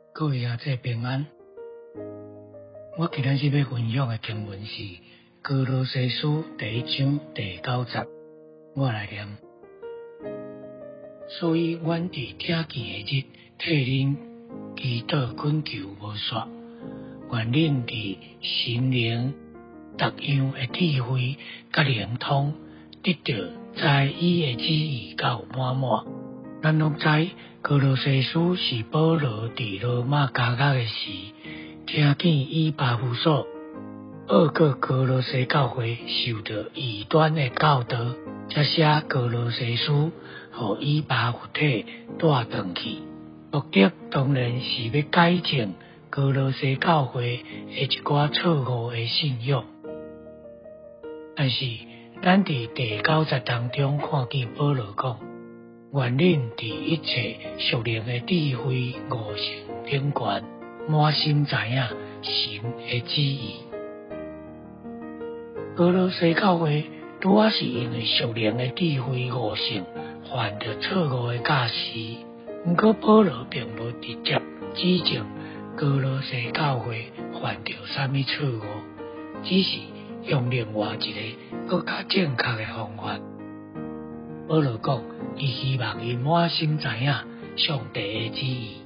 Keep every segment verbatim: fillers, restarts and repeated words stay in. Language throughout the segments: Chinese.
各位兄弟平安。我今日要分享的经文是《歌罗西書》第一章第九節，我來念。所以，阮佇聽見的日，替恁祈禱懇求無煞，願恁佇心靈各樣的智慧甲靈通，得到知伊的旨意到滿滿。咱攏知歌羅西書是保羅佇羅馬監獄的時，聽見以巴弗所二個歌羅西教會受到異端的教導，才寫歌羅西書，互以巴弗提帶轉去。目的當然是要改正歌羅西教會的一寡錯誤的信仰。但是，咱佇第九節當中看見保羅講，願恁佇一切屬靈的智慧悟性頂懸，滿心知影神的旨意。歌羅西教會拄仔是因為屬靈的智慧悟性犯着錯誤的教示，毋過保羅並無直接指正歌羅西教會犯着啥物錯誤，只是用另外一個更加正確的方法。保羅講，伊希望因滿心知影上帝的旨意。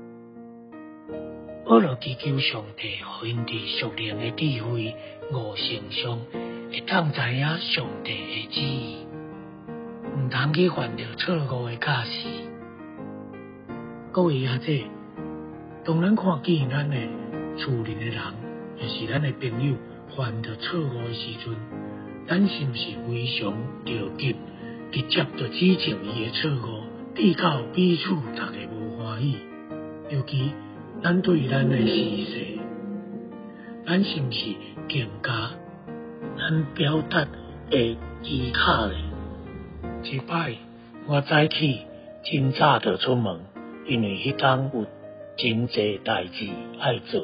保羅祈求上帝，互因佇屬靈的智慧悟性上，會當知影上帝的旨意，毋通去犯着錯誤的教示。各位兄弟，當咱看見咱的厝裡的人，也是咱的朋友犯着錯誤的時陣，咱是毋是非常着急？直接就指正伊的錯誤，比較彼此大家無歡喜。尤其咱對咱的事實，咱是毋是更加咱表達的依靠呢？一擺我早起真早就出門，因為迄天有真濟代志愛做。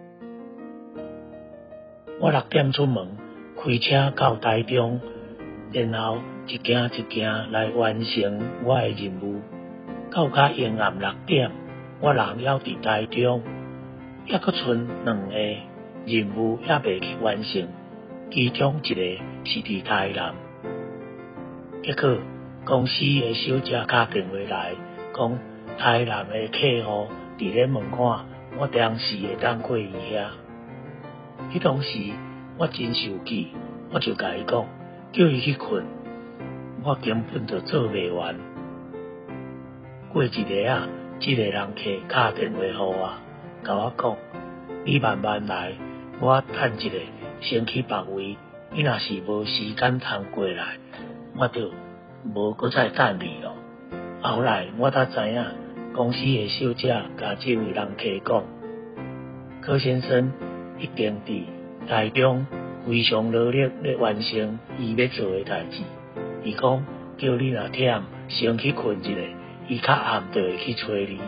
我六點出門，開車到台中，然後一件一件來完成我的任務，到甲陰暗六點，我人還佇台中，還佫剩兩個任務還未去完成，其中一個是佇台南。結果公司的小姐打電話來，講台南的客戶佇咧問看，我當時會當過伊遐。迄當時我真生氣，我就甲伊講，叫伊去困。我根本就做袂完。過一日啊，這個人客打電話給我，甲我講：你慢慢來，我等一下先去別位。你若是無時間通過來，我就無擱再等你咯。後來我才知影，公司的小姐甲這位人客講，柯先生一定佇台中非常努力咧完成伊要做的代志。伊講叫你若忝，先去困一下，伊較暗就會去找你。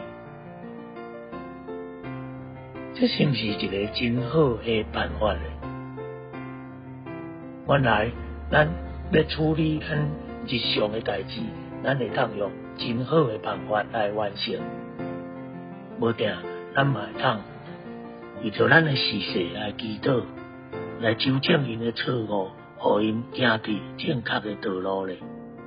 這是毋是一個真好的辦法呢？原來咱要處理咱日常的代志，咱會當用真好的辦法來完成。無定，咱嘛會當為着咱的事實來祈禱，來糾正因的錯誤。互因行佇正確的道路咧。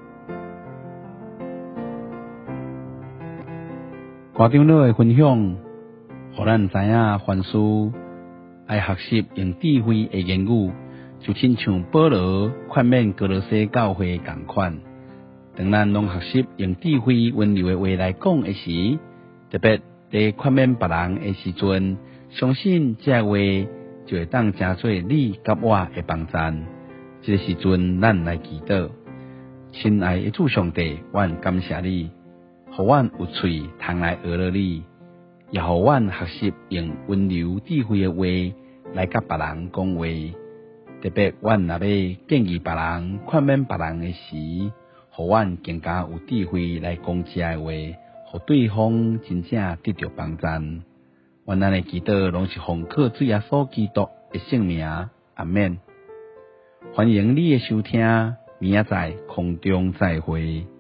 歌長老的分享，互咱知影凡事愛學習用智慧的言語，就親像保羅勸勉歌羅西教會共款。當咱攏學習用智慧溫柔的話來講的時，特別在勸勉別人的時陣，相信這話就會當成做你甲我的幫贊。這個時陣，咱來祈禱。親愛的主上帝，阮感謝你，互阮有喙通來學了你，也互阮學習用溫柔智慧的話來甲別人講話。特別阮若要建議別人、勸勉別人的時，互阮更加有智慧來講這個話，互對方真正得到幫贊。阮咱的祈禱攏是奉靠主耶穌基督的聖名，阿們。歡迎你的收聽，明仔載空中再會。